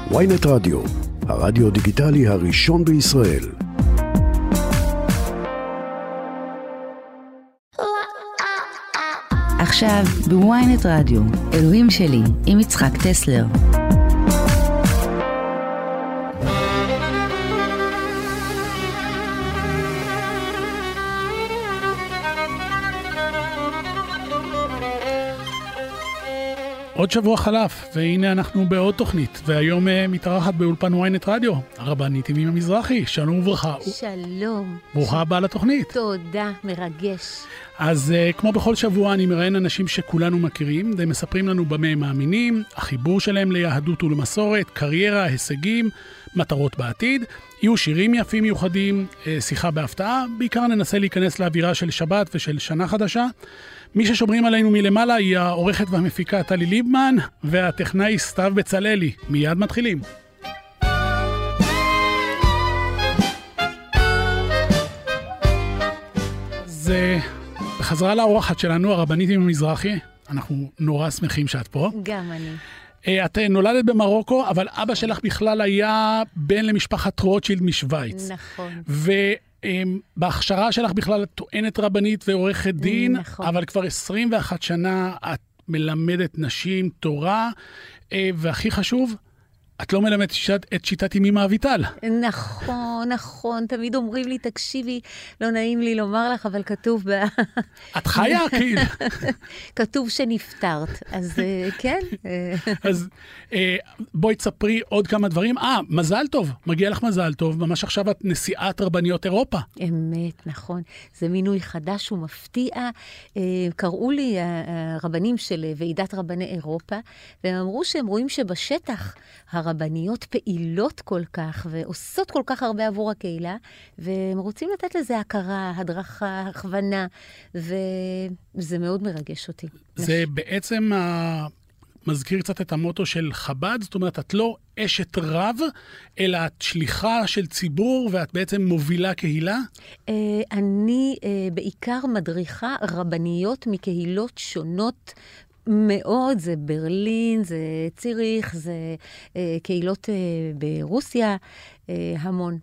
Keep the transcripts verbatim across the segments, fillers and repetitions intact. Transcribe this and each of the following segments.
וויינט רדיו, הרדיו דיגיטלי הראשון בישראל. עכשיו בוויינט רדיו, אלוהים שלי, עם יצחק טסלר. עוד שבוע חלף, והנה אנחנו בעוד תוכנית, והיום מתארחת באולפן וויינט רדיו, הרבנית ימימה מזרחי. שלום וברכה. שלום. ברוכה הבאה לתוכנית. תודה, מרגש. אז כמו בכל שבוע אני מראיין אנשים שכולנו מכירים, והם מספרים לנו במה הם מאמינים, החיבור שלהם ליהדות ולמסורת, קריירה, הישגים, מטרות בעתיד. יהיו שירים יפים מיוחדים, שיחה בהפתעה, בעיקר ננסה להיכנס לאווירה של שבת ושל שנה חדשה. מי ששומרים עלינו מלמעלה היא העורכת והמפיקה טלי ליבמן, והטכנאי סתיו בצללי. מיד מתחילים. זה בחזרה לאורחת שלנו, הרבנית ימימה מזרחי. אנחנו נורא שמחים שאת פה. גם אני. את נולדת במרוקו, אבל אבא שלך בכלל היה בן למשפחת רוטשילד משוויץ. נכון. ובהכשרה שלך בכלל את טוענת רבנית ועורכת דין, נכון. אבל כבר עשרים ואחת שנה את מלמדת נשים תורה, והכי חשוב, את לא מלמדת את שיטת ימימה אביטל. נכון, נכון. תמיד אומרים לי, תקשיבי, לא נעים לי לומר לך, אבל כתוב ב... את חיה, כאילו. כתוב שנפטרת, אז כן. אז בואי תספרי עוד כמה דברים. אה, מזל טוב, מגיע לך מזל טוב. ממש עכשיו את נשיאת רבניות אירופה. אמת, נכון. זה מינוי חדש ומפתיע. קראו לי הרבנים של ועידת רבני אירופה, והם אמרו שהם רואים שבשטח הרבניות פעילות כל כך, ועושות כל כך הרבה עבור הקהילה, והם רוצים לתת לזה הכרה, הדרכה, הכוונה, וזה מאוד מרגש אותי. זה בעצם מזכיר קצת את המוטו של חב"ד, זאת אומרת, את לא אשת רב, אלא את שליחה של ציבור, ואת בעצם מובילה קהילה? אני בעיקר מדריכה רבניות מקהילות שונות, מאוד, זה ברלין, זה ציריך, זה אה, קהילות אה, ברוסיה, אה, המון.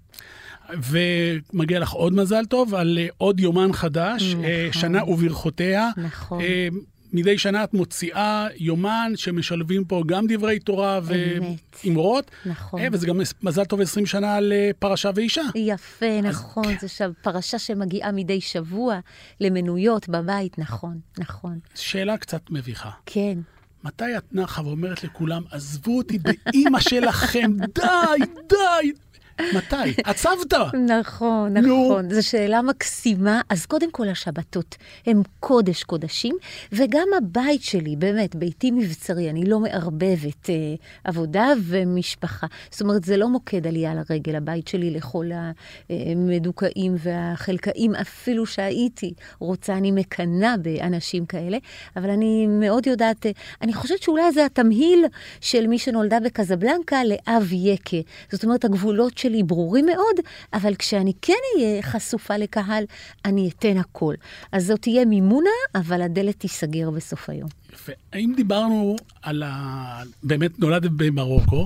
ומגיע לך עוד מזל טוב על אה, עוד יומן חדש, נכון. אה, שנה וברכותיה. נכון. אה, מדי שנה את מוציאה יומן שמשלבים פה גם דברי תורה ואמרות. נכון. אה, וזה גם מזל טוב עשרים שנה על אה, פרשה ואישה. יפה, נכון. אז... זה שב, פרשה שמגיעה מדי שבוע למנויות בבית, נכון, נכון. שאלה קצת מביכה. כן. מתי את נחה ואומרת לכולם, עזבו אותי באמא שלכם, די, די. מתי? עצבת. נכון, נכון. זו שאלה מקסימה. אז קודם כל השבתות הם קודש קודשים, וגם הבית שלי, באמת, ביתי מבצרי, אני לא מערבבת אה, עבודה ומשפחה. זאת אומרת, זה לא מוקד עלייה לרגל, הבית שלי לכל המדוכאים והחלקאים, אפילו שהייתי רוצה, אני מקנה באנשים כאלה, אבל אני מאוד יודעת, אני חושבת שאולי זה התמהיל של מי שנולדה בקזבלנקה לאב יקה. זאת אומרת, הגבולות שלי ברורים מאוד, אבל כשאני כן אהיה חשופה לקהל, אני אתן הכל. אז זאת תהיה מימונה, אבל הדלת תיסגר בסוף היום. יפה. האם דיברנו על ה... באמת נולדת במרוקו,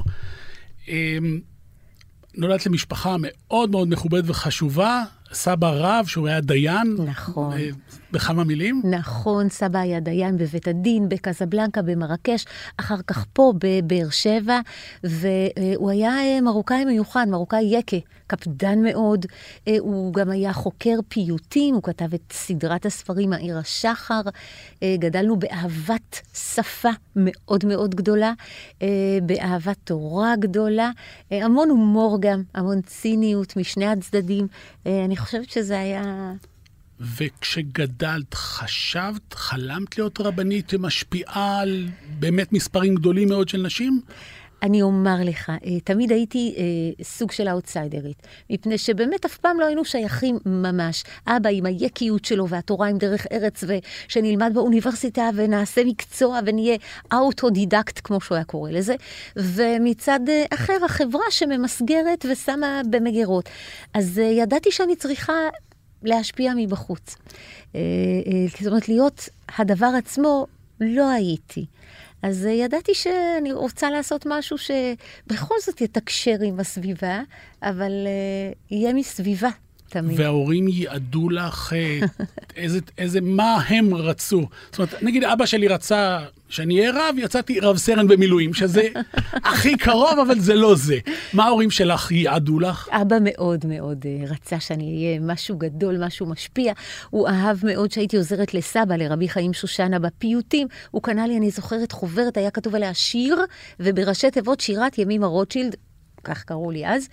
נולדת למשפחה מאוד מאוד מכובדת וחשובה, סבא רב, שהוא היה דיין. נכון. בכמה מילים? נכון, סבא היה דיין בבית הדין, בקזבלנקה, במרקש, אחר כך פה בבאר שבע, והוא היה מרוקאי מיוחד, מרוקאי יקה, קפדן מאוד. הוא גם היה חוקר פיוטים, הוא כתב את סדרת הספרים העיר השחר. גדלנו באהבת שפה מאוד מאוד גדולה, באהבת תורה גדולה, המון הומור גם, המון ציניות משני הצדדים. אני חושבת שזה היה... וכשגדלת, חשבת, חלמת להיות רבנית שמשפיעה על באמת מספרים גדולים מאוד של נשים? אני אומר לך, תמיד הייתי סוג של האוטסיידרית, מפני שבאמת אף פעם לא היינו שייכים ממש. אבא עם היקיות שלו והתורה עם דרך ארץ, ושנלמד באוניברסיטה ונעשה מקצוע ונהיה אוטודידקט, כמו שהוא היה קורא לזה, ומצד אחר החברה שממסגרת ושמה במגירות. אז ידעתי שאני צריכה להשפיע מבחוץ. זאת אומרת, להיות הדבר עצמו לא הייתי. אז ידעתי שאני רוצה לעשות משהו שבכל זאת יתקשר עם הסביבה, אבל יהיה מסביבה. תמיד. וההורים יעדו לך איזה, איזה, מה הם רצו. זאת אומרת, נגיד, אבא שלי רצה שאני אהיה רב, יצאתי רב סרן במילואים, שזה הכי קרוב, אבל זה לא זה. מה ההורים שלך יעדו לך? אבא מאוד מאוד רצה שאני אהיה משהו גדול, משהו משפיע. הוא אהב מאוד שהייתי עוזרת לסבא, לרבי חיים שושנה בפיוטים. הוא קנה לי, אני זוכרת, חוברת, היה כתוב עליה שיר, ובראשי תיבות שירת ימימה רוטשילד, כך קראו לי אז,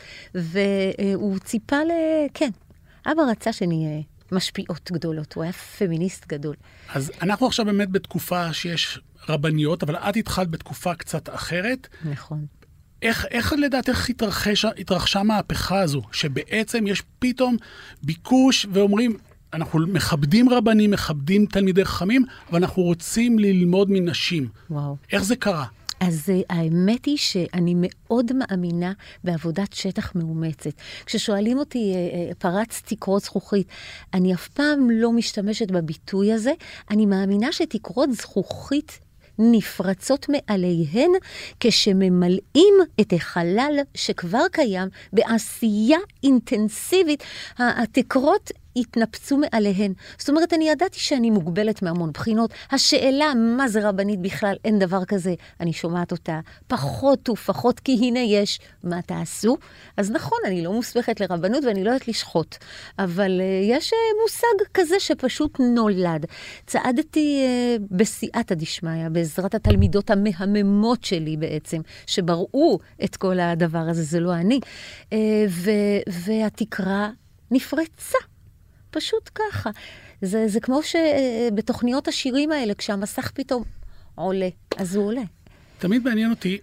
והוא ציפה ל... כן, אבא רצה שנהיה משפיעות גדולות, הוא היה פמיניסט גדול. אז אנחנו עכשיו באמת בתקופה שיש רבניות, אבל את התחלת בתקופה קצת אחרת. נכון. איך, איך לדעת, איך התרחשה, התרחשה מהפכה הזו, שבעצם יש פתאום ביקוש ואומרים, אנחנו מכבדים רבנים, מכבדים תלמידי חכמים, אבל אנחנו רוצים ללמוד מנשים. וואו. איך זה קרה? אז האמת היא שאני מאוד מאמינה בעבודת שטח מאומצת. כששואלים אותי, פרץ תקרות זכוכית, אני אף פעם לא משתמשת בביטוי הזה. אני מאמינה שתקרות זכוכית נפרצות מעליהן כשממלאים את החלל שכבר קיים בעשייה אינטנסיבית. התקרות התנפצו מעליהן. זאת אומרת, אני ידעתי שאני מוגבלת מהמון בחינות. השאלה מה זה רבנית בכלל, אין דבר כזה. אני שומעת אותה פחות ופחות, כי הנה יש מה תעשו. אז נכון, אני לא מוסמכת לרבנות ואני לא יודעת לשחוט. אבל uh, יש uh, מושג כזה שפשוט נולד. צעדתי uh, בסייעתא דשמיא, בעזרת התלמידות המהממות שלי בעצם, שבראו את כל הדבר הזה, זה לא אני. Uh, ו- והתקרה נפרצה. פשוט ככה. זה, זה כמו שבתוכניות השירים האלה, כשהמסך פתאום עולה, אז הוא עולה. תמיד מעניין אותי,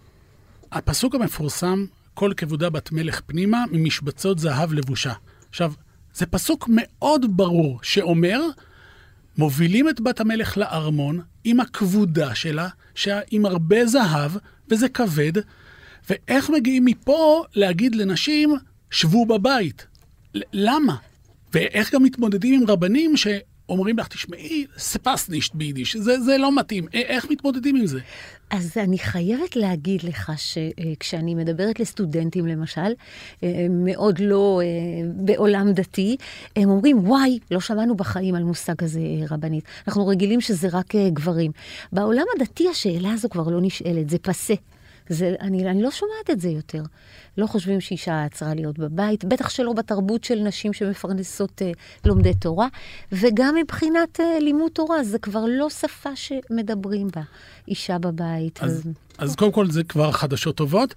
הפסוק המפורסם, כל כבודה בת מלך פנימה, ממשבצות זהב לבושה. עכשיו, זה פסוק מאוד ברור, שאומר, מובילים את בת המלך לארמון, עם הכבודה שלה, עם הרבה זהב, וזה כבד, ואיך מגיעים מפה להגיד לנשים, שבו בבית? למה? ואיך גם מתמודדים עם רבנים שאומרים לך, תשמעי, ספסנישט ביידיש, זה, זה לא מתאים. איך מתמודדים עם זה? אז אני חייבת להגיד לך שכשאני מדברת לסטודנטים למשל, מאוד לא בעולם דתי, הם אומרים, וואי, לא שמענו בחיים על מושג הזה רבנית. אנחנו רגילים שזה רק גברים. בעולם הדתי השאלה הזו כבר לא נשאלת, זה פסה. זה, אני, אני לא שומעת את זה יותר. לא חושבים שאישה צריכה להיות בבית, בטח שלא בתרבות של נשים שמפרנסות אה, לומדי תורה, וגם מבחינת אה, לימוד תורה, זה כבר לא שפה שמדברים בה, אישה בבית. אז, אז... אז קודם כל זה כבר חדשות טובות,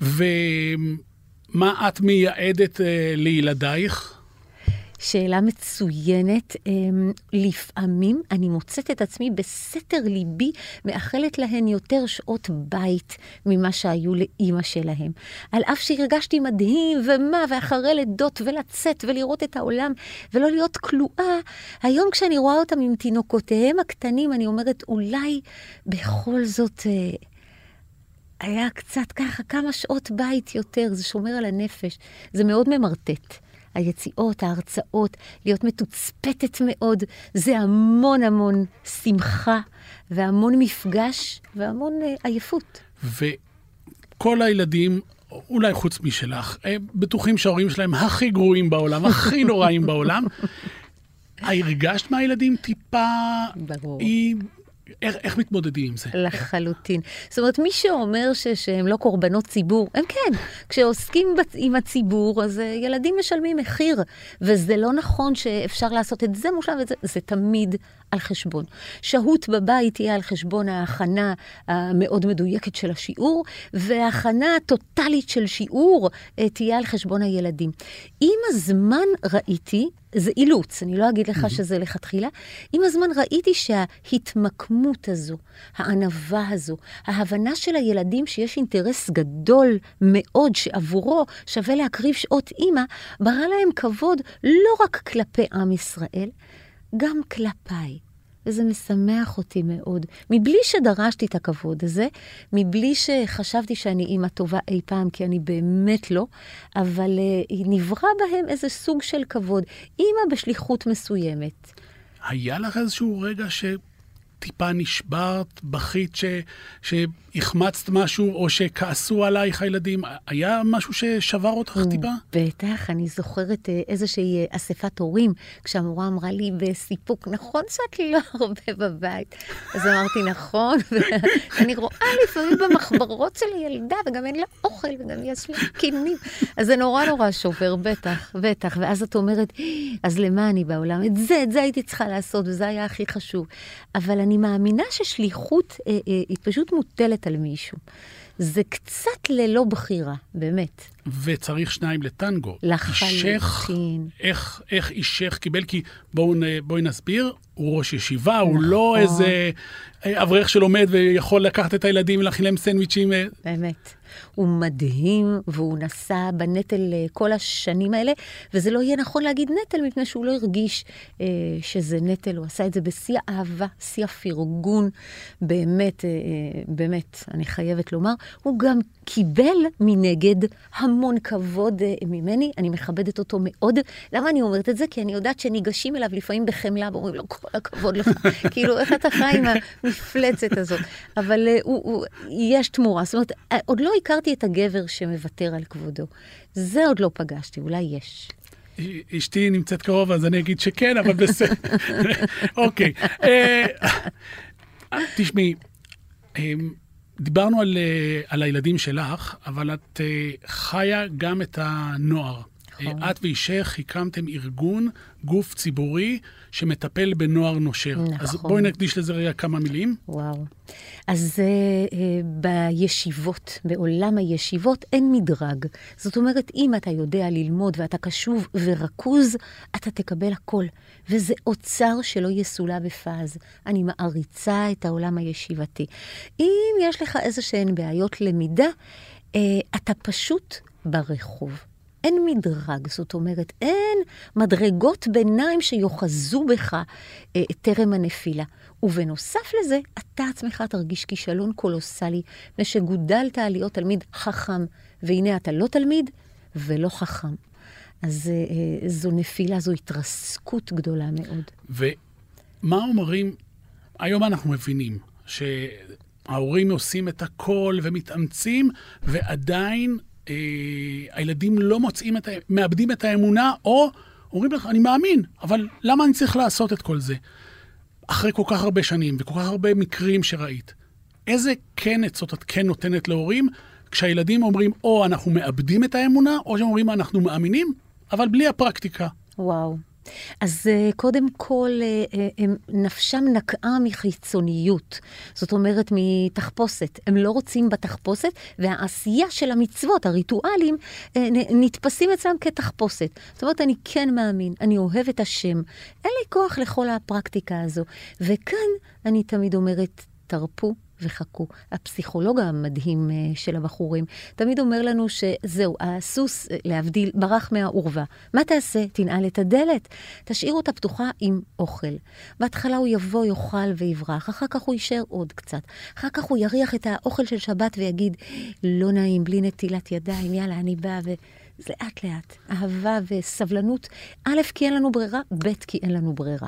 ומה את מייעדת אה, לילדייך? שאלה מצוינת. לפעמים אני מוצאת את עצמי בסתר ליבי, מאחלת להן יותר שעות בית ממה שהיו לאימא שלהם. על אף שהרגשתי מדהים ומה, ואחרי לידות ולצאת ולראות את העולם ולא להיות כלואה, היום כשאני רואה אותם עם תינוקותיהם הקטנים, אני אומרת, אולי בכל זאת היה קצת ככה, כמה שעות בית יותר, זה שומר על הנפש, זה מאוד ממרטט. היציאות, ההרצאות, להיות מתוצפתת מאוד, זה המון המון שמחה, והמון מפגש, והמון uh, עייפות. וכל הילדים, אולי חוץ משלך, בטוחים שההורים שלהם הכי גרועים בעולם, הכי נוראים בעולם. הרגשת מהילדים טיפה... ברור. היא... איך, איך מתמודדים עם זה? לחלוטין. זאת אומרת, מי שאומר ש, שהם לא קורבנות ציבור, הם כן. כשעוסקים בצ... עם הציבור, אז ילדים משלמים מחיר, וזה לא נכון שאפשר לעשות את זה מושלם, וזה זה תמיד על חשבון. שהות בבית תהיה על חשבון ההכנה המאוד מדויקת של השיעור, וההכנה הטוטלית של שיעור תהיה על חשבון הילדים. עם הזמן ראיתי, זה אילוץ, אני לא אגיד לך mm-hmm. שזה לכתחילה, עם הזמן ראיתי שההתמקמות הזו, הענווה הזו, ההבנה של הילדים שיש אינטרס גדול מאוד שעבורו שווה להקריב שעות אימא, ברא להם כבוד לא רק כלפי עם ישראל, גם כלפיי. וזה משמח אותי מאוד. מבלי שדרשתי את הכבוד הזה, מבלי שחשבתי שאני אימא טובה אי פעם, כי אני באמת לא, אבל uh, נברא בהם איזה סוג של כבוד. אימא בשליחות מסוימת. היה לך איזשהו רגע טיפה נשברת, בכית ש, שהחמצת משהו, או שכעסו עלייך הילדים? היה משהו ששבר אותך טיפה? בטח, אני זוכרת איזושהי אספת הורים, כשהמורה אמרה לי בסיפוק, נכון שאת לא הרבה בבית? אז אמרתי, נכון, ואני רואה לפעמים במחברות של הילדה, וגם אין לה אוכל, וגם יש לה קינים. אז זה נורא נורא שובר, בטח, בטח. ואז את אומרת, אז למה אני בעולם? את זה, את זה הייתי צריכה לעשות, וזה היה הכי חשוב. אבל אני מאמינה ששליחות אה, אה, היא פשוט מוטלת על מישהו. זה קצת ללא בחירה, באמת. וצריך שניים לטנגו. לחלוטין. איך, איך אישך קיבל? כי בואו בוא נסביר, הוא ראש ישיבה, נכון. הוא לא איזה אברך שלומד ויכול לקחת את הילדים ולהכין להם סנדוויצ'ים. באמת. הוא מדהים, והוא נסע בנטל כל השנים האלה, וזה לא יהיה נכון להגיד נטל, מפני שהוא לא הרגיש אה, שזה נטל, הוא עשה את זה בשיא האהבה, שיא הפרגון, באמת, אה, באמת, אני חייבת לומר, הוא גם קיבל מנגד המון כבוד אה, ממני, אני מכבדת אותו מאוד. למה אני אומרת את זה? כי אני יודעת שניגשים אליו לפעמים בחמלה, ואומרים לו, כל הכבוד לך, כאילו, איך אתה חי עם המפלצת הזאת? אבל אה, הוא, הוא, יש תמורה, זאת אומרת, עוד לא הכרתי את הגבר שמוותר על כבודו. זה עוד לא פגשתי, אולי יש. אשתי נמצאת קרוב, אז אני אגיד שכן, אבל בסדר. אוקיי. תשמעי, דיברנו על, על הילדים שלך, אבל את חיה גם את הנוער. את ואישך הקמתם ארגון, גוף ציבורי, שמטפל בנוער נושר. נכון. אז בואי נקדיש לזה רגע כמה מילים. וואו. אז uh, uh, בישיבות, בעולם הישיבות, אין מדרג. זאת אומרת, אם אתה יודע ללמוד ואתה קשוב ורקוז, אתה תקבל הכל. וזה אוצר שלא יסולה בפאז. אני מעריצה את העולם הישיבתי. אם יש לך איזשהן בעיות למידה, uh, אתה פשוט ברחוב. אין מדרג, זאת אומרת, אין מדרגות ביניים שיוחזו בך אה, טרם הנפילה. ובנוסף לזה, אתה עצמך תרגיש כישלון קולוסלי, ושגודלת להיות תלמיד חכם, והנה אתה לא תלמיד ולא חכם. אז אה, זו נפילה, זו התרסקות גדולה מאוד. ומה אומרים, היום אנחנו מבינים שההורים עושים את הכל ומתאמצים, ועדיין הילדים לא מוצאים את, מאבדים את האמונה, או אומרים לך, אני מאמין, אבל למה אני צריך לעשות את כל זה? אחרי כל כך הרבה שנים, וכל כך הרבה מקרים שראית. איזה כן עצות את כן נותנת להורים, כשהילדים אומרים, או אנחנו מאבדים את האמונה, או שהם אומרים, אנחנו מאמינים, אבל בלי הפרקטיקה. וואו. אז קודם כל, נפשם נקעה מחיצוניות. זאת אומרת, מתחפושת. הם לא רוצים בתחפושת, והעשייה של המצוות, הריטואלים, נתפסים אצלם כתחפושת. זאת אומרת, אני כן מאמין, אני אוהב את השם. אין לי כוח לכל הפרקטיקה הזו. וכאן אני תמיד אומרת, תרפו וחכו. הפסיכולוג המדהים של הבחורים תמיד אומר לנו שזהו, הסוס להבדיל ברח מהעורבה. מה תעשה? תנעל את הדלת. תשאיר אותה פתוחה עם אוכל. בהתחלה הוא יבוא, יאכל ויברח. אחר כך הוא יישאר עוד קצת. אחר כך הוא יריח את האוכל של שבת ויגיד, לא נעים, בלי נטילת ידיים, יאללה, אני באה ו... זה לאט לאט. אהבה וסבלנות. א', כי אין לנו ברירה, ב', כי אין לנו ברירה.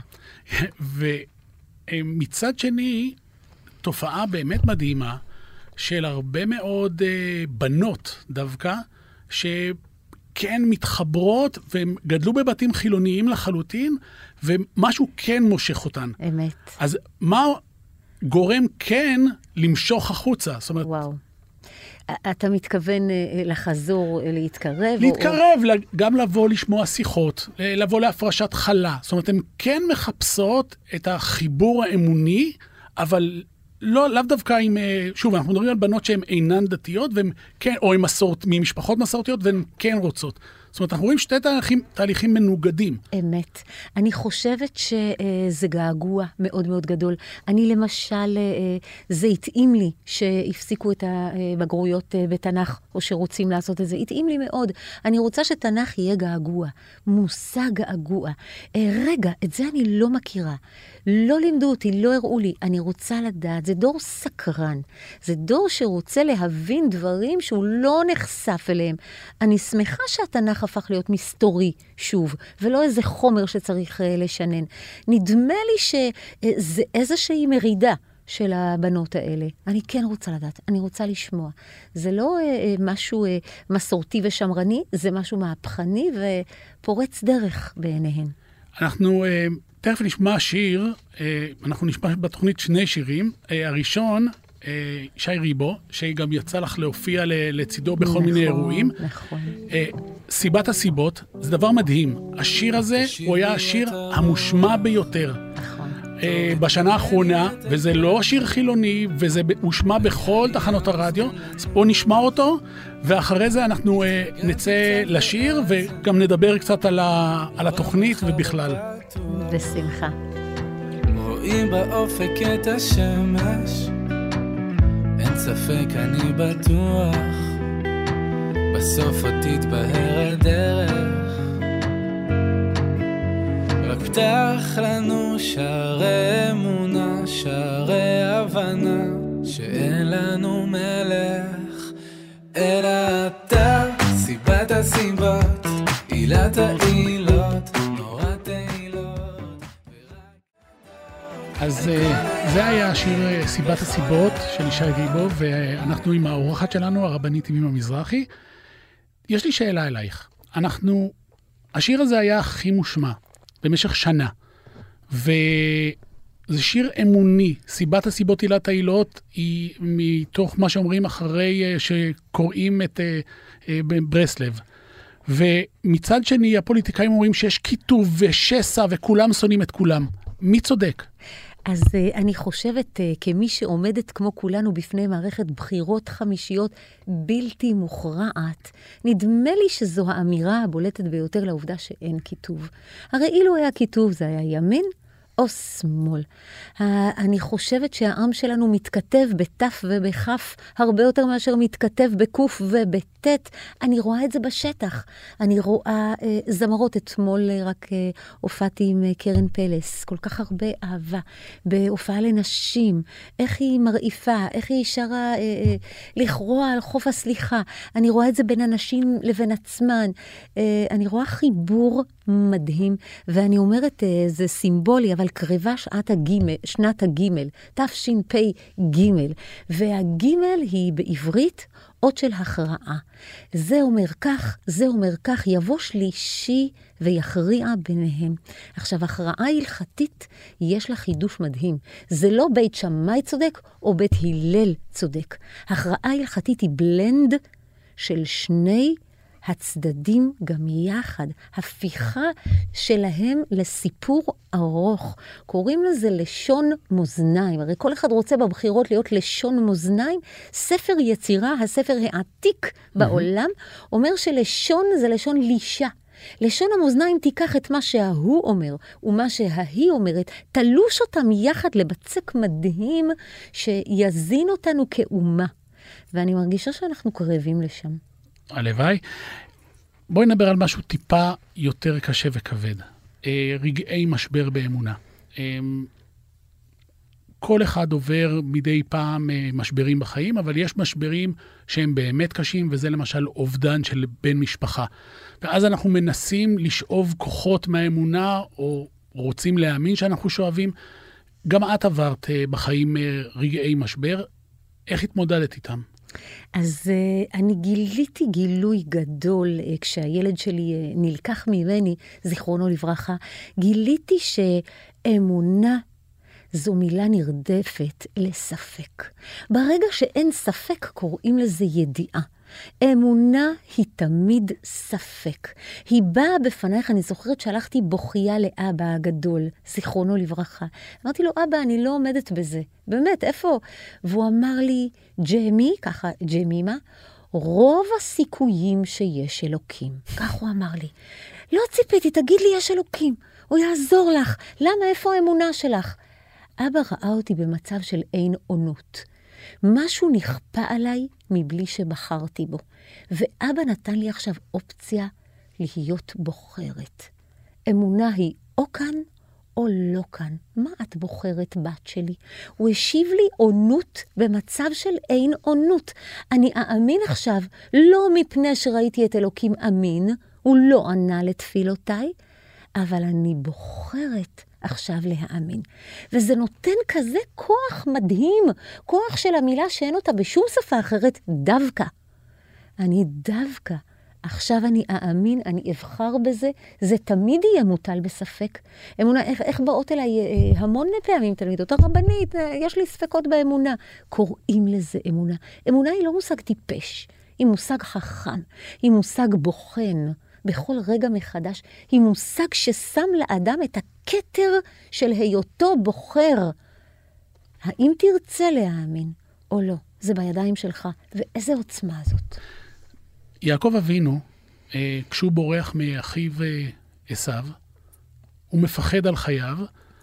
ומצד שני, תופעה באמת מדהימה של הרבה מאוד אה, בנות דווקא, שכן מתחברות והם גדלו בבתים חילוניים לחלוטין, ומשהו כן מושך אותן. אמת. אז מה גורם כן למשוך החוצה? זאת אומרת, וואו. אתה מתכוון לחזור, להתקרב? להתקרב, או... גם לבוא לשמוע שיחות, לבוא להפרשת חלה. זאת אומרת, הן כן מחפשות את החיבור האמוני, אבל לא, לאו דווקא עם, שוב, אנחנו מדברים על בנות שהן אינן דתיות, והן כן, או עם מסורת, ממשפחות מסורתיות, והן כן רוצות. זאת אומרת, אנחנו רואים שתי תהליכים, תהליכים מנוגדים. אמת. אני חושבת שזה געגוע מאוד מאוד גדול. אני למשל, זה התאים לי שהפסיקו את הבגרויות בתנ"ך, או שרוצים לעשות את זה. התאים לי מאוד. אני רוצה שתנ"ך יהיה געגוע. מושג געגוע. רגע, את זה אני לא מכירה. לא לימדו אותי, לא הראו לי. אני רוצה לדעת. זה דור סקרן. זה דור שרוצה להבין דברים שהוא לא נחשף אליהם. אני שמחה שהתנ"ך התהליך הפך להיות מסתורי שוב, ולא איזה חומר שצריך לשנן. נדמה לי שזה איזושהי מרידה של הבנות האלה. אני כן רוצה לדעת, אני רוצה לשמוע. זה לא אה, משהו אה, מסורתי ושמרני, זה משהו מהפכני ופורץ דרך בעיניהן. אנחנו אה, תכף נשמע שיר, אה, אנחנו נשמע בתוכנית שני שירים. אה, הראשון, אה, שי ריבו, שגם יצא לך להופיע לצידו בכל נכון, מיני אירועים. נכון. אה, סיבת הסיבות, זה דבר מדהים. השיר הזה הוא היה השיר המושמע ביותר. נכון. בשנה האחרונה, וזה לא שיר חילוני, וזה הושמע בכל תחנות הרדיו, אז בואו נשמע אותו, ואחרי זה אנחנו נצא לשיר, וגם נדבר קצת על, ה, על התוכנית ובכלל. בשמחה. רואים באופק את השמש, אין ספק אני בטוח, בסוף עוד תתבהר הדרך, רק פתח לנו שערי אמונה, שערי הבנה, שאין לנו מלך, אלא אתה, סיבת הסיבות, עילת העילות, נורא תהילות. אז זה היה השיר סיבת הסיבות של שי ריבו, ואנחנו עם האורחת שלנו, הרבנית ימימה מזרחי. יש לי שאלה אלייך. אנחנו, השיר הזה היה הכי מושמע במשך שנה, וזה שיר אמוני. סיבת הסיבות עילת העילות היא מתוך מה שאומרים אחרי שקוראים את ברסלב. ומצד שני, הפוליטיקאים אומרים שיש כיתוב ושסע וכולם שונאים את כולם. מי צודק? אז אני חושבת, כמי שעומדת כמו כולנו בפני מערכת בחירות חמישיות בלתי מוכרעת, נדמה לי שזו האמירה הבולטת ביותר לעובדה שאין כיתוב. הרי אילו היה כיתוב, זה היה ימין או שמאל. אני חושבת שהעם שלנו מתכתב בתף ובכף הרבה יותר מאשר מתכתב בקוף ובתת. אני רואה את זה בשטח. אני רואה אה, זמרות. אתמול רק אה, הופעתי עם אה, קרן פלס. כל כך הרבה אהבה. בהופעה לנשים. איך היא מרעיפה, איך היא שרה אה, אה, לכרוע על חוף הסליחה. אני רואה את זה בין אנשים לבין עצמן. אה, אני רואה חיבור מדהים, ואני אומרת, אה, זה סימבולי, אבל קרבה שעת הגימל, שנת הגימל, תש"פ גימל, והגימל היא בעברית אות של הכרעה. זה אומר כך, זה אומר כך, יבוא שלישי ויכריע ביניהם. עכשיו, הכרעה הלכתית, יש לה חידוש מדהים. זה לא בית שמאי צודק או בית הלל צודק. הכרעה הלכתית היא בלנד של שני הצדדים גם יחד, הפיכה שלהם לסיפור ארוך. קוראים לזה לשון מאזניים. הרי כל אחד רוצה בבחירות להיות לשון מאזניים. ספר יצירה, הספר העתיק בעולם, אומר שלשון זה לשון לישה. לשון המאזניים תיקח את מה שההוא אומר ומה שההיא אומרת, תלוש אותם יחד לבצק מדהים שיזין אותנו כאומה. ואני מרגישה שאנחנו קרבים לשם. הלוואי. בואי נדבר על משהו טיפה יותר קשה וכבד. רגעי משבר באמונה. כל אחד עובר מדי פעם משברים בחיים, אבל יש משברים שהם באמת קשים, וזה למשל אובדן של בן משפחה. ואז אנחנו מנסים לשאוב כוחות מהאמונה, או רוצים להאמין שאנחנו שואבים. גם את עברת בחיים רגעי משבר. איך התמודדת איתם? אז uh, אני גיליתי גילוי גדול uh, כשהילד שלי uh, נלקח ממני, זיכרונו לברכה, גיליתי שאמונה זו מילה נרדפת לספק. ברגע שאין ספק קוראים לזה ידיעה. אמונה היא תמיד ספק. היא באה בפנייך, אני זוכרת שהלכתי בוכייה לאבא הגדול, זיכרונו לברכה. אמרתי לו, אבא, אני לא עומדת בזה. באמת, איפה? והוא אמר לי, ג'מי, ככה, ג'מימה, רוב הסיכויים שיש אלוקים. כך הוא אמר לי. לא ציפיתי, תגיד לי, יש אלוקים. הוא יעזור לך. למה, איפה האמונה שלך? אבא ראה אותי במצב של אין עונות. משהו נכפה עליי מבלי שבחרתי בו. ואבא נתן לי עכשיו אופציה להיות בוחרת. אמונה היא או כאן או לא כאן. מה את בוחרת, בת שלי? הוא השיב לי עונות במצב של אין עונות. אני אאמין עכשיו לא מפני שראיתי את אלוקים אמין, הוא לא ענה לתפילותיי, אבל אני בוחרת עכשיו להאמין. וזה נותן כזה כוח מדהים, כוח של המילה שאין אותה בשום שפה אחרת, דווקא. אני דווקא. עכשיו אני אאמין, אני אבחר בזה, זה תמיד יהיה מוטל בספק. אמונה, איך, איך באות אליי אה, המון פעמים תלמידות, הרבנית, אה, יש לי ספקות באמונה. קוראים לזה אמונה. אמונה היא לא מושג טיפש, היא מושג חכם, היא מושג בוחן. בכל רגע מחדש, היא מושג ששם לאדם את הכתר של היותו בוחר. האם תרצה להאמין או לא? זה בידיים שלך. ואיזה עוצמה זאת. יעקב אבינו, כשהוא בורח מאחיו עשיו, הוא מפחד על חייו,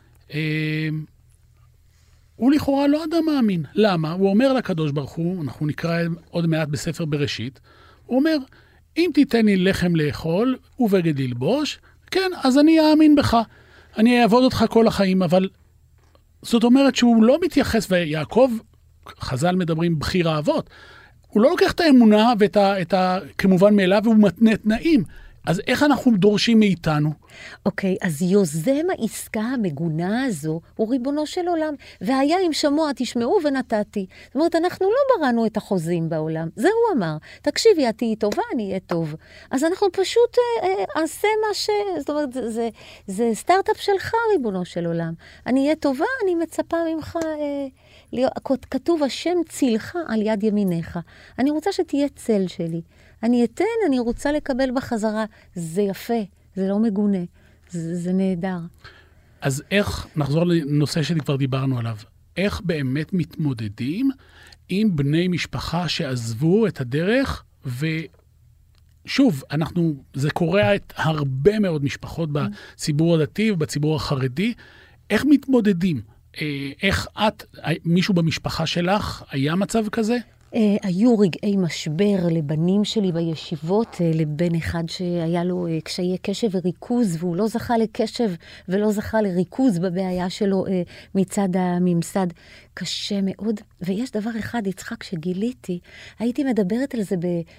הוא לכאורה לא אדם מאמין. למה? הוא אומר לקדוש ברוך הוא, אנחנו נקרא עוד מעט בספר בראשית, הוא אומר, אם תיתן לי לחם לאכול ובגד ללבוש, כן, אז אני אאמין בך. אני אעבוד אותך כל החיים, אבל זאת אומרת שהוא לא מתייחס, ויעקב, חז"ל מדברים בחיר האבות, הוא לא לוקח את האמונה ואת ה, את ה, כמובן מאליו, והוא מתנה תנאים. אז איך אנחנו דורשים מאיתנו? אוקיי, okay, אז יוזם העסקה המגונה הזו הוא ריבונו של עולם. והיה אם שמוע תשמעו ונתתי. זאת אומרת, אנחנו לא בראנו את החוזים בעולם. זה הוא אמר. תקשיבי, את תהיי טובה, אני אהיה טוב. אז אנחנו פשוט אה, עשה מה ש... זאת אומרת, זה, זה, זה סטארט-אפ שלך, ריבונו של עולם. אני אהיה טובה, אני מצפה ממך... אה, להיות, כתוב השם צילך על יד ימיניך. אני רוצה שתהיה צל שלי. אני אתן, אני רוצה לקבל בחזרה. זה יפה, זה לא מגונה, זה, זה נהדר. אז איך, נחזור לנושא שכבר דיברנו עליו, איך באמת מתמודדים עם בני משפחה שעזבו את הדרך, ושוב, אנחנו, זה קורה את הרבה מאוד משפחות בציבור הדתי ובציבור החרדי, איך מתמודדים? איך את, מישהו במשפחה שלך, היה מצב כזה? Uh, היו רגעי משבר לבנים שלי בישיבות, uh, לבן אחד שהיה לו uh, קשיי קשב וריכוז, והוא לא זכה לקשב ולא זכה לריכוז בבעיה שלו uh, מצד הממסד. קשה מאוד. ויש דבר אחד, יצחק, שגיליתי, הייתי מדברת על זה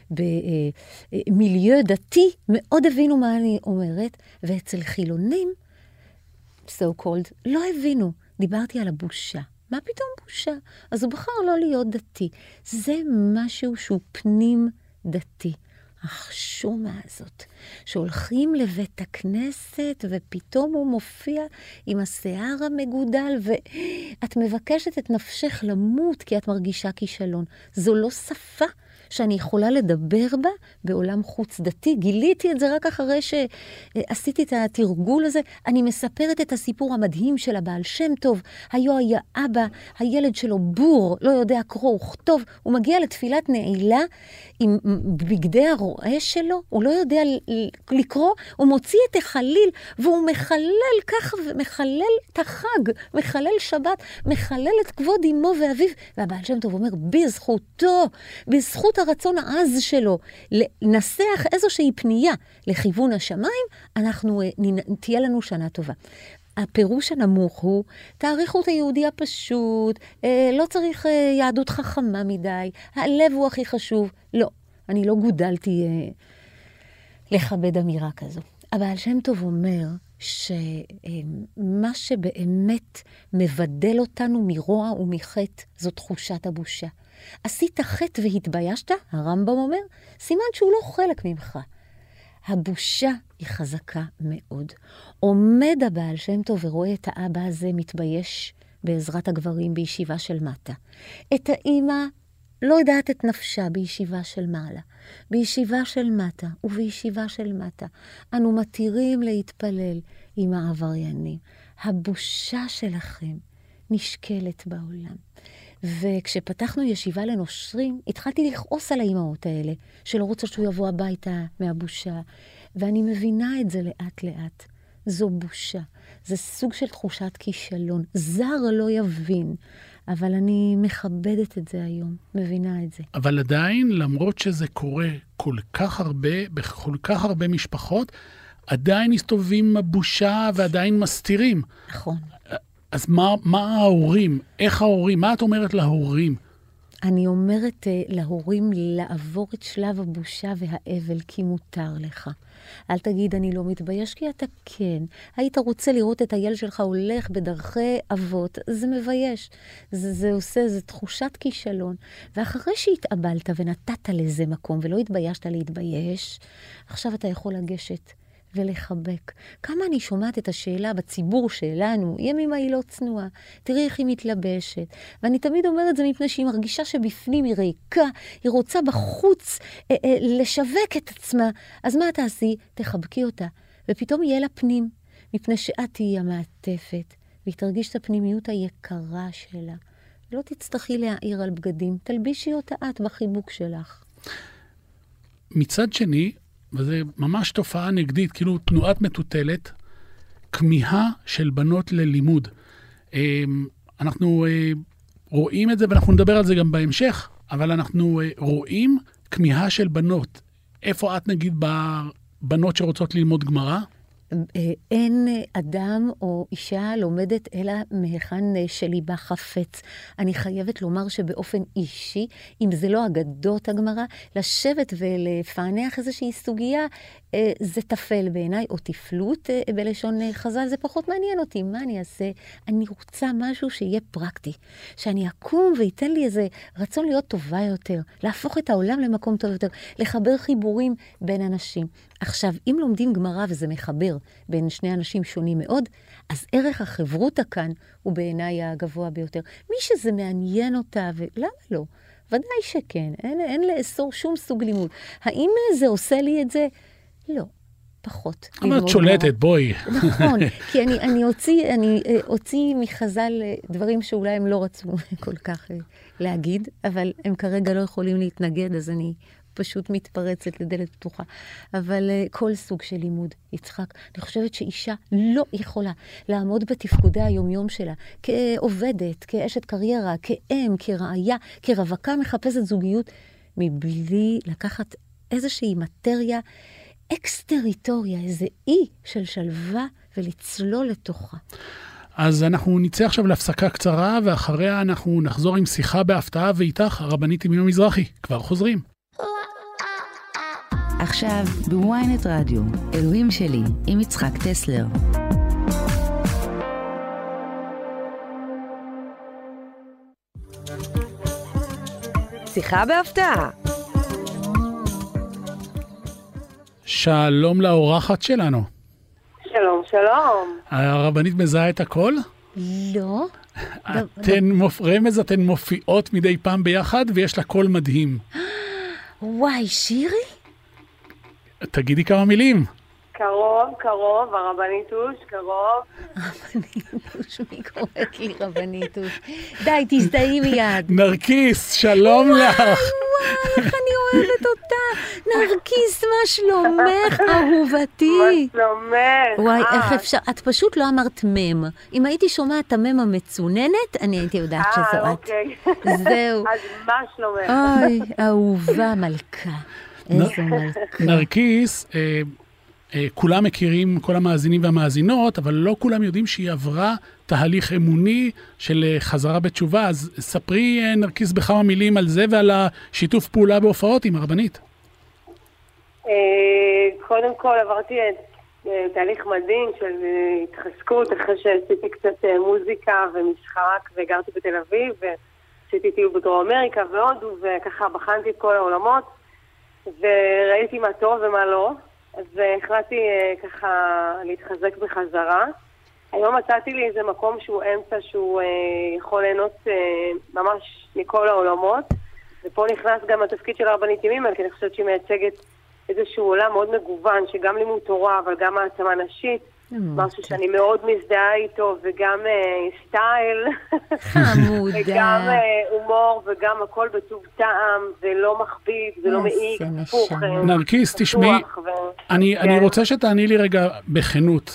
במיליו דתי, מאוד הבינו מה אני אומרת, ואצל חילונים, so called, לא הבינו. דיברתי על הבושה. מה פתאום בושה? אז הוא בחר לא להיות דתי. זה משהו שהוא פנים דתי. החשומה הזאת, שהולכים לבית הכנסת ופתאום הוא מופיע עם השיער המגודל ואת מבקשת את נפשך למות כי את מרגישה כישלון. זו לא שפה שאני יכולה לדבר בה בעולם חוץ דתי. גיליתי את זה רק אחרי שעשיתי את התרגול הזה. אני מספרת את הסיפור המדהים של הבעל שם טוב. היו היה אבא, הילד שלו בור, לא יודע קרוא וכתוב. הוא מגיע לתפילת נעילה עם בגדי הרועה שלו. הוא לא יודע לקרוא. הוא מוציא את החליל והוא מחלל ככה ומחלל את החג, מחלל שבת, מחלל את כבוד אמו ואביו. והבעל שם טוב אומר, בזכותו, בזכות הרצון העז שלו לנסח איזושהי פנייה לכיוון השמיים, אנחנו, תהיה לנו שנה טובה. הפירוש הנמוך הוא, תאריכו את היהודי הפשוט, לא צריך יהדות חכמה מדי, הלב הוא הכי חשוב. לא, אני לא גודלתי לכבד אמירה כזו. הבעל שם טוב אומר שמה שבאמת מבדל אותנו מרוע ומחטא זו תחושת הבושה. עשית חטא והתביישת, הרמב"ם אומר, סימן שהוא לא חלק ממך. הבושה היא חזקה מאוד. עומד הבעל שם טוב ורואה את האבא הזה מתבייש בעזרת הגברים בישיבה של מטה. את האמא לא יודעת את נפשה בישיבה של מעלה. בישיבה של מטה ובישיבה של מטה. אנו מתירים להתפלל עם העבריינים. הבושה שלכם נשקלת בעולם. וכשפתחנו ישיבה לנושרים, התחלתי לכעוס על האימהות האלה, שלא רוצה שהוא יבוא הביתה מהבושה. ואני מבינה את זה לאט לאט. זו בושה. זה סוג של תחושת כישלון. זר לא יבין. אבל אני מכבדת את זה היום, מבינה את זה. אבל עדיין, למרות שזה קורה כל כך הרבה, בכל כך הרבה משפחות, עדיין מסתובבים עם הבושה ועדיין מסתירים. נכון. אז מה, מה ההורים? איך ההורים? מה את אומרת להורים? אני אומרת להורים לעבור את שלב הבושה והאבל, כי מותר לך. אל תגיד, אני לא מתבייש, כי אתה כן. היית רוצה לראות את הילד שלך הולך בדרכי אבות, זה מבייש. זה, זה עושה, זה תחושת כישלון. ואחרי שהתאבלת ונתת לזה מקום ולא התביישת להתבייש, עכשיו אתה יכול לגשת ולחבק. כמה אני שומעת את השאלה בציבור שלנו, ימימה היא לא צנועה, תראי איך היא מתלבשת. ואני תמיד אומרת זה מפני שהיא מרגישה שבפנים היא ריקה, היא רוצה בחוץ אה, אה, לשווק את עצמה. אז מה תעשי? תחבקי אותה. ופתאום יהיה לה פנים, מפני שאת תהיי המעטפת, והיא תרגיש את הפנימיות היקרה שלה. לא תצטרכי להעיר על בגדים, תלבישי אותה את בחיבוק שלך. מצד שני, וזה ממש תופעה נגדית, כאילו תנועת מטוטלת, כמיהה של בנות ללימוד. אנחנו רואים את זה, ואנחנו נדבר על זה גם בהמשך, אבל אנחנו רואים כמיהה של בנות. איפה את נגיד בבנות שרוצות ללמוד גמרא? אין אדם או אישה לומדת אלא מהיכן שליבה חפץ. אני חייבת לומר שבאופן אישי, אם זה לא אגדות הגמרא, לשבת ולפענח איזושהי סוגיה, זה תפל בעיניי, או תפלות בלשון חז"ל, זה פחות מעניין אותי. מה אני אעשה? אני רוצה משהו שיהיה פרקטי. שאני אקום וייתן לי איזה רצון להיות טובה יותר, להפוך את העולם למקום טוב יותר, לחבר חיבורים בין אנשים. עכשיו, אם לומדים גמרא וזה מחבר בין שני אנשים שונים מאוד, אז ערך החברותה כאן הוא בעיניי הגבוה ביותר. מי שזה מעניין אותה, ולמה לא? ודאי שכן, אין, אין לאסור שום סוג לימוד. האם זה עושה לי את זה? לא, פחות. אבל את שולטת, בואי. נכון, כי אני, אני, הוציא, אני הוציא מחז"ל דברים שאולי הם לא רצו כל כך להגיד, אבל הם כרגע לא יכולים להתנגד, אז אני פשוט מתפרצת לדלת פתוחה. אבל uh, כל סוג של לימוד, יצחק, אני חושבת שאישה לא יכולה לעמוד בתפקודי היומיום שלה, כעובדת, כאשת קריירה, כאם, כרעיה, כרווקה מחפשת זוגיות, מבלי לקחת איזושהי מטריה, אקס-טריטוריה, איזה אי של שלווה ולצלול לתוכה. אז אנחנו נצא עכשיו להפסקה קצרה, ואחריה אנחנו נחזור עם שיחה בהפתעה, ואיתך הרבנית ימימה מזרחי. כבר חוזרים. עכשיו בוויינט רדיו, אלוהים שלי, עם יצחק טסלר. שיחה בהפתעה. שלום לאורחת שלנו. שלום, שלום. הרבנית מזהה את הכל? לא. אתן מופ... רמז, אתן מופיעות מדי פעם ביחד, ויש לה קול מדהים. וואי, שירי? תגידי כמה מילים. קרוב, קרוב, הרבניתוש, קרוב. רבניתוש, מי קוראת לי רבניתוש? די, תזדהי מיד. נרקיס, שלום לך. וואי, איך אני אוהבת אותה. נרקיס, מה שלומך, אהובתי? מה שלומך? וואי, איך אפשר? את פשוט לא אמרת מם. אם הייתי שומעת את המם המצוננת, אני הייתי יודעת שזו את. אה, אוקיי. זהו. אז מה שלומך? אוי, אהובה מלכה. איזו מלכה. נרקיס, אה, אה, כולם מכירים, כל המאזינים והמאזינות, אבל לא כולם יודעים שהיא עברה תהליך אמוני של אה, חזרה בתשובה. אז ספרי, אה, נרקיס, בכמה מילים על זה ועל השיתוף פעולה בהופעות עם הרבנית. אה, קודם כל עברתי את אה, תהליך מדהים של אה, התחזקות, אחרי שעשיתי קצת אה, מוזיקה ומשחק, וגרתי בתל אביב, ועשיתי טיול בדרום אמריקה והודו, וככה בחנתי את כל העולמות, וראיתי מה טוב ומה לא, אז החלטתי ככה להתחזק בחזרה. היום מצאתי לי איזה מקום שהוא אמצע, שהוא יכול ליהנות ממש מכל העולמות, ופה נכנס גם התפקיד של הרבנית ימימה, כי אני חושבת שהיא מייצגת איזשהו עולם מאוד מגוון, שגם לימוד תורה, אבל גם העצמה נשית, משהו שאני מאוד מזדהה איתו, וגם סטייל, וגם הומור, וגם הכל בטוב טעם, ולא מכביד, ולא מעיק, פוך. נרקיס, תשמעי, אני רוצה שתעני לי רגע בכנות.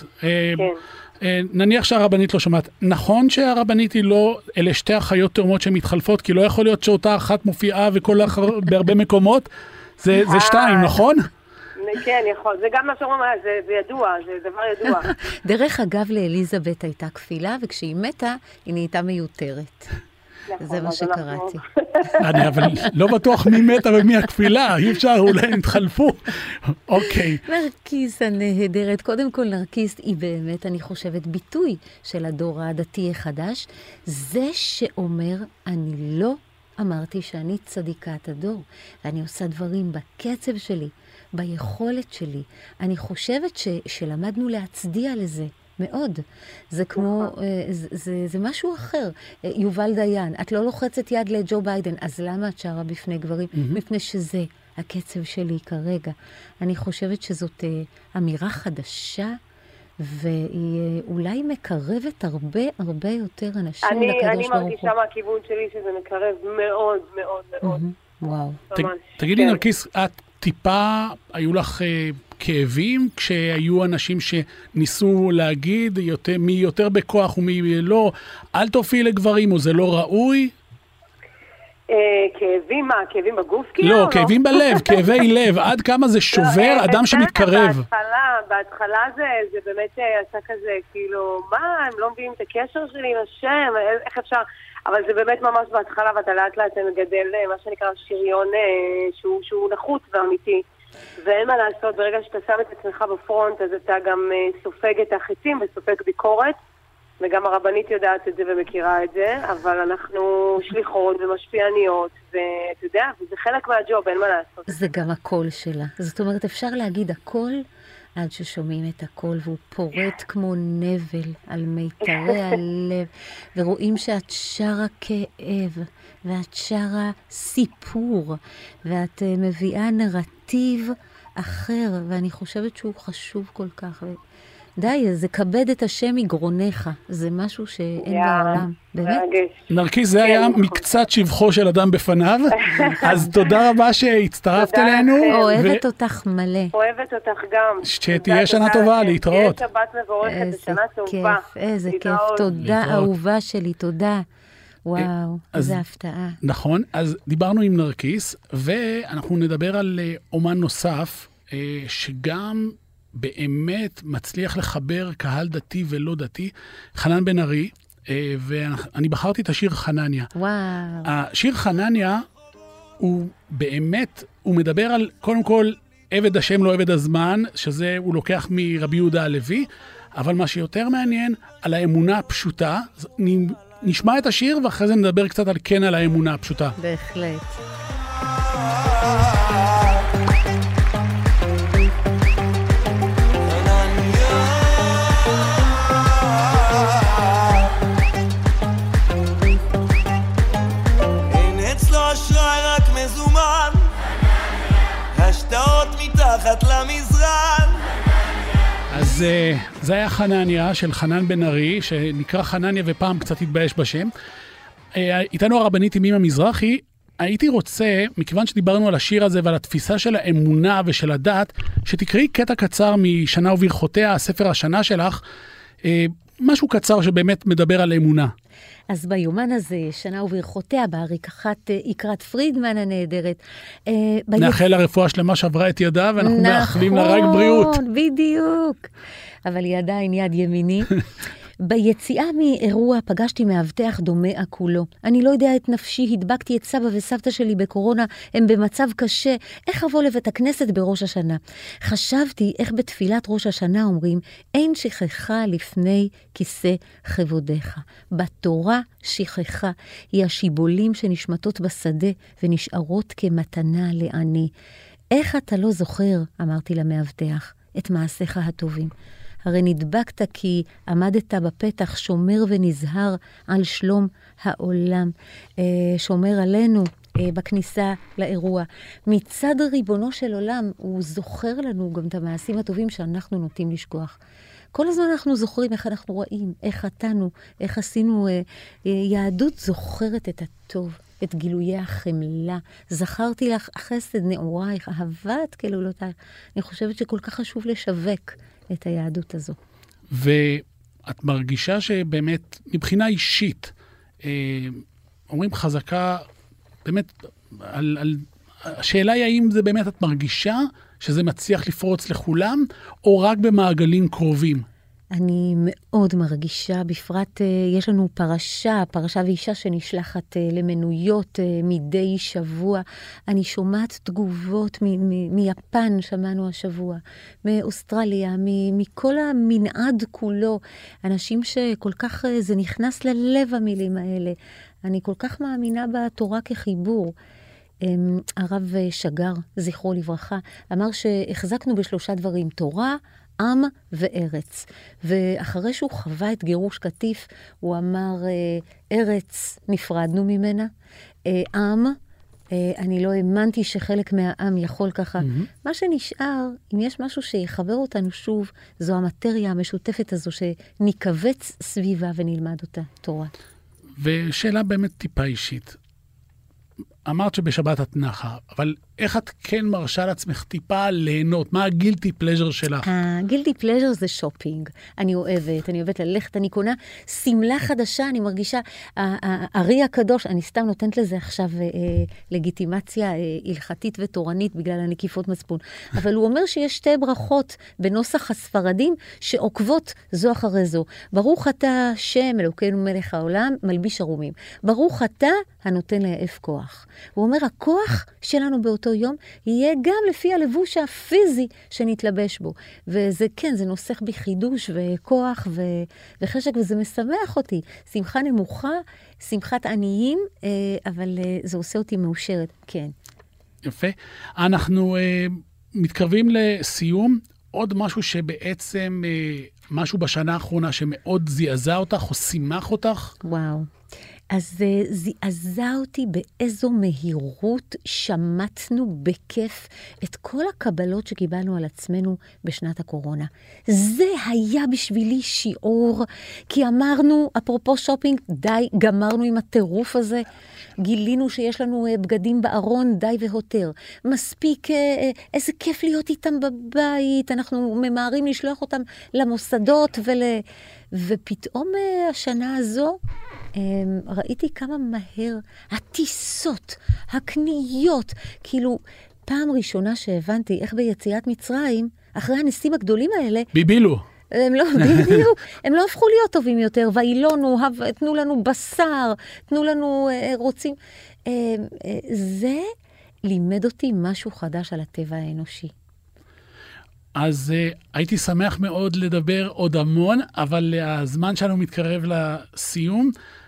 נניח שהרבנית לא שומעת. נכון שהרבנית היא לא, אלה שתי אחיות תאומות שמתחלפות, כי לא יכול להיות שאותה אחת מופיעה וכל אחר בהרבה מקומות? זה שתיים, נכון? כן, יכול. זה גם מה שאומרים, זה, זה ידוע, זה דבר ידוע. דרך אגב, לאליזבת הייתה כפילה, וכשהיא מתה, היא נהייתה מיותרת. זה מה שקראתי. אני אבל לא בטוח מי מתה ומי הכפילה, אי אפשר, אולי נתחלפו. אוקיי. נרקיס הנהדרת, קודם כל נרקיס היא באמת, אני חושבת, ביטוי של הדור הדתי החדש, זה שאומר, אני לא אמרתי שאני צדיקת הדור, ואני עושה דברים בקצב שלי, ביכולת שלי. אני חושבת ש, שלמדנו להצדיע לזה. מאוד. זה כמו, זה, זה, זה משהו אחר. יובל דיין, את לא לוחצת יד לג'ו ביידן, אז למה את שרה בפני גברים? Mm-hmm. מפני שזה הקצב שלי כרגע. אני חושבת שזאת אמירה חדשה, והיא אולי מקרבת הרבה הרבה יותר אנשים אני, לקדוש ברוך הוא. אני מרגישה מהכיוון שלי שזה מקרב מאוד מאוד מאוד. Mm-hmm. וואו. ת, תגידי, כן. נרקיס, את טיפה, היו לך uh, כאבים כשהיו אנשים שניסו להגיד יותר, מי יותר בכוח ומי לא, אל תופיעי לגברים, או זה לא ראוי? Uh, כאבים מה? כאבים בגוף כאילו? לא, כאבים בלב, כאבי לב, עד כמה זה שובר לא, אדם שמתקרב. בהתחלה, בהתחלה זה, זה באמת עשה כזה, כאילו, מה, הם לא מביאים את הקשר שלי עם השם, איך אפשר... אבל זה באמת ממש בהתחלה, ואתה לאט לאט מגדל מה שנקרא שריון שהוא, שהוא נחוץ ואמיתי. ואין מה לעשות, ברגע שאתה שם את עצמך בפרונט, אז אתה גם סופג את החיצים וסופג ביקורת, וגם הרבנית יודעת את זה ומכירה את זה, אבל אנחנו שליחות ומשפיעניות, ואתה יודע, וזה חלק מהג'וב, אין מה לעשות. זה גם הקול שלה. זאת אומרת, אפשר להגיד הכל, עד ששומעים את הכל, והוא פורט כמו נבל על מיתרי הלב, ורואים שאת שרה כאב, ואת שרה סיפור, ואת uh, מביאה נרטיב אחר, ואני חושבת שהוא חשוב כל כך. די, זה כבד את השם מגרונך, זה משהו שאין בעולם, באמת. נרקיס, זה היה מקצת שבחו של אדם בפניו, אז תודה רבה שהצטרפת אלינו. אוהבת אותך מלא. אוהבת אותך גם. שתהיה שנה טובה, להתראות. תהיה שבת מבורכת, שנה טובה. איזה כיף, תודה אהובה שלי, תודה. וואו, איזה הפתעה. נכון, אז דיברנו עם נרקיס, ואנחנו נדבר על אומן נוסף, שגם... באמת מצליח לחבר קהל דתי ולא דתי, חנן בן ארי, ואני בחרתי את השיר חנניה. וואו. השיר חנניה הוא באמת, הוא מדבר על, קודם כל, עבד השם לא עבד הזמן, שזה הוא לוקח מרבי יהודה הלוי, אבל מה שיותר מעניין, על האמונה הפשוטה, נשמע את השיר ואחרי זה נדבר קצת על כן על האמונה הפשוטה. בהחלט. אז זה היה חנניה של חנן בן ארי, שנקרא חנניה ופעם קצת התבייש בשם. איתנו הרבנית ימימה מזרחי, הייתי רוצה, מכיוון שדיברנו על השיר הזה ועל התפיסה של האמונה ושל הדת, שתקראי קטע קצר משנה וברכותיה, הספר השנה שלך, משהו קצר שבאמת מדבר על האמונה. אז ביומן הזה, שנה וברכותיה, בעריקת יקרת פרידמן הנהדרת. נאחל לרפואה שלמה שעברה את ידה, ואנחנו מאחלים לה רק בריאות. נכון, בדיוק. אבל היא עדיין יד ימיני. ביציאה מאירוע פגשתי מאבטח דומה כולו. אני לא יודע את נפשי, הדבקתי את סבא וסבתא שלי בקורונה, הם במצב קשה. איך אבוא לבית הכנסת בראש השנה? חשבתי איך בתפילת ראש השנה אומרים, אין שכחה לפני כיסא כבודך. בתורה שכחה היא השיבולים שנשמטות בשדה ונשארות כמתנה לעני. איך אתה לא זוכר, אמרתי למאבטח, את מעשיך הטובים. הרי נדבקת כי עמדת בפתח שומר ונזהר על שלום העולם, שומר עלינו בכניסה לאירוע. מצד ריבונו של עולם הוא זוכר לנו גם את המעשים הטובים שאנחנו נוטים לשכוח. כל הזמן אנחנו זוכרים איך אנחנו רואים, איך חטאנו, איך עשינו, יהדות זוכרת את הטוב, את גילויי החמלה. זכרתי לך חסד נעורייך, אהבת כלולותייך. אני חושבת שכל כך חשוב לשווק את היהדות הזו. ואת מרגישה שבאמת, מבחינה אישית, אומרים חזקה, באמת, על, על, השאלה היא האם זה באמת את מרגישה שזה מצליח לפרוץ לכולם, או רק במעגלים קרובים? אני מאוד מרגישה, בפרט יש לנו פרשה, פרשה ואישה שנשלחת למנויות מדי שבוע. אני שומעת תגובות מ- מ- מיפן, שמענו השבוע, מאוסטרליה, מ- מכל המנעד כולו. אנשים שכל כך, זה נכנס ללב המילים האלה. אני כל כך מאמינה בתורה כחיבור. הרב שגר, זכרו לברכה, אמר שהחזקנו בשלושה דברים, תורה, עם וארץ. ואחרי שהוא חווה את גירוש קטיף, הוא אמר, ארץ נפרדנו ממנה, עם, אני לא האמנתי שחלק מהעם יכול ככה. Mm-hmm. מה שנשאר, אם יש משהו שיחבר אותנו שוב, זו המטריה המשותפת הזו, שנקבץ סביבה ונלמד אותה, תורה. ושאלה באמת טיפה אישית. אמרת שבשבת את נחה, אבל איך את כן מרשה לעצמך טיפה ליהנות? מה הגילטי פלז'ר שלך? הגילטי פלז'ר זה שופינג. אני אוהבת, אני אוהבת ללכת, אני קונה סמלה חדשה, אני מרגישה, הארי הקדוש, אני סתם נותנת לזה עכשיו אה, לגיטימציה אה, הלכתית ותורנית בגלל הנקיפות מצפון. אבל הוא אומר שיש שתי ברכות בנוסח הספרדים שעוקבות זו אחרי זו. ברוך אתה שם אלוקינו מלך העולם, מלביש ערומים. ברוך אתה הנותן ליעף כוח. הוא אומר, הכוח שלנו באותו יום יהיה גם לפי הלבוש הפיזי שנתלבש בו. וזה כן, זה נוסח בי חידוש וכוח ו... וחשק, וזה משמח אותי. שמחה נמוכה, שמחת עניים, אבל זה עושה אותי מאושרת, כן. יפה. אנחנו uh, מתקרבים לסיום. עוד משהו שבעצם, uh, משהו בשנה האחרונה שמאוד זעזע אותך או שימח אותך? וואו. אז זעזע אותי באיזו מהירות שמטנו בכיף את כל הקבלות שקיבלנו על עצמנו בשנת הקורונה. זה היה בשבילי שיעור, כי אמרנו, אפרופו שופינג, די, גמרנו עם הטירוף הזה, גילינו שיש לנו בגדים בארון, די והותר. מספיק, איזה כיף להיות איתם בבית, אנחנו ממהרים לשלוח אותם למוסדות, ול... ופתאום השנה הזו, ראיתי כמה מהר הטיסות, הקניות, כאילו פעם ראשונה שהבנתי איך ביציאת מצרים, אחרי הניסים הגדולים האלה, ביבילו. הם לא, בדיוק, הם לא הפכו להיות טובים יותר, ואילונו, תנו לנו בשר, תנו לנו רוצים. זה לימד אותי משהו חדש על הטבע האנושי. אז uh, הייתי שמח מאוד לדבר עוד המון, אבל uh, הזמן שלנו מתקרב לסיום,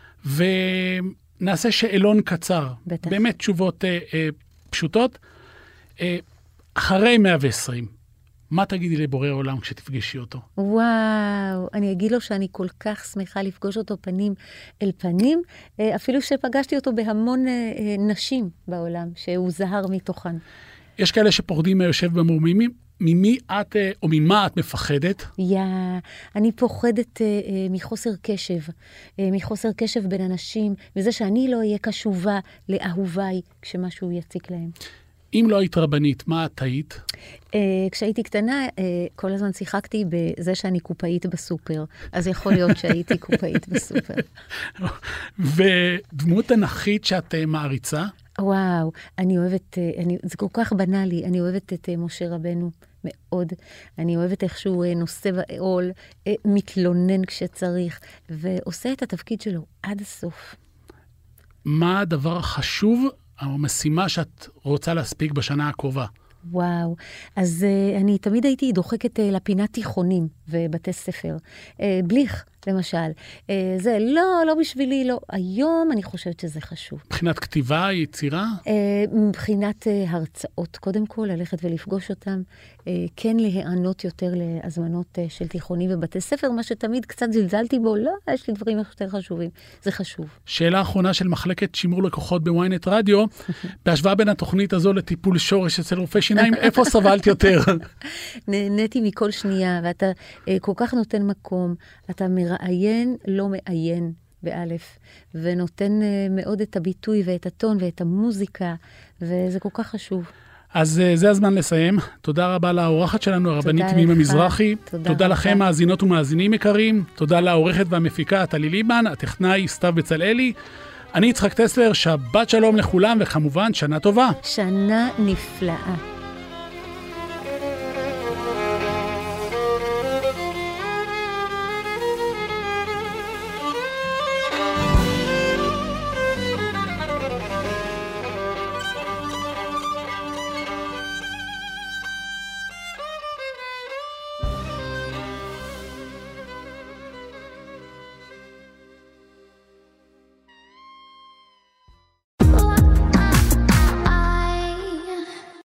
ונעשה שאלון קצר. בטח. באמת תשובות uh, uh, פשוטות. Uh, אחרי מאה ועשרים, מה תגידי לבורא העולם כשתפגשי אותו? וואו, אני אגיד לו שאני כל כך שמחה לפגוש אותו פנים אל פנים, אפילו שפגשתי אותו בהמון נשים בעולם, שהוא זהר מתוכן. יש כאלה שפוחדים מהיושב במרומים, ממי את, או ממה את מפחדת? יא, אני פוחדת מחוסר קשב, מחוסר קשב בין אנשים, וזה שאני לא אהיה קשובה לאהוביי כשמשהו יציק להם. אם לא היית רבנית, מה את היית? Uh, כשהייתי קטנה, uh, כל הזמן שיחקתי בזה שאני קופאית בסופר. אז יכול להיות שהייתי קופאית בסופר. ודמות תנכית שאת uh, מעריצה? וואו, אני אוהבת, uh, אני, זה כל כך בנאלי, אני אוהבת את uh, משה רבנו מאוד. אני אוהבת איכשהו uh, נושא בעול, uh, מתלונן כשצריך, ועושה את התפקיד שלו עד הסוף. מה הדבר החשוב, המשימה שאת רוצה להספיק בשנה הקרובה? וואו, אז uh, אני תמיד הייתי דוחקת uh, לפינת תיכונים ובתי ספר. Uh, בליך, למשל. Uh, זה לא, לא בשבילי, לא. היום אני חושבת שזה חשוב. מבחינת כתיבה, יצירה? Uh, מבחינת uh, הרצאות, קודם כל, ללכת ולפגוש אותם. Uh, כן להיענות יותר להזמנות uh, של תיכונים ובתי ספר, מה שתמיד קצת זלזלתי בו, לא, יש לי דברים יותר חשובים. זה חשוב. שאלה האחרונה של מחלקת שימור לקוחות בוויינט רדיו, בהשוואה בין התוכנית הזו לטיפול שורש אצל רופא שיניים, איפה סבלת יותר? נהניתי מכל שנייה, ואתה uh, כל כך נותן מקום, אתה מראיין, לא מעיין באלף, ונותן uh, מאוד את הביטוי ואת הטון ואת המוזיקה, וזה כל כך חשוב. אז uh, זה הזמן לסיים. תודה רבה לאורחת שלנו, הרבנית מימה מזרחי. תודה, תודה לכם, מאזינות ומאזינים יקרים. תודה לעורכת והמפיקה, טלי ליבן, הטכנאי סתיו בצלאלי. אני יצחק טסלר, שבת שלום לכולם, וכמובן, שנה טובה. שנה נפלאה.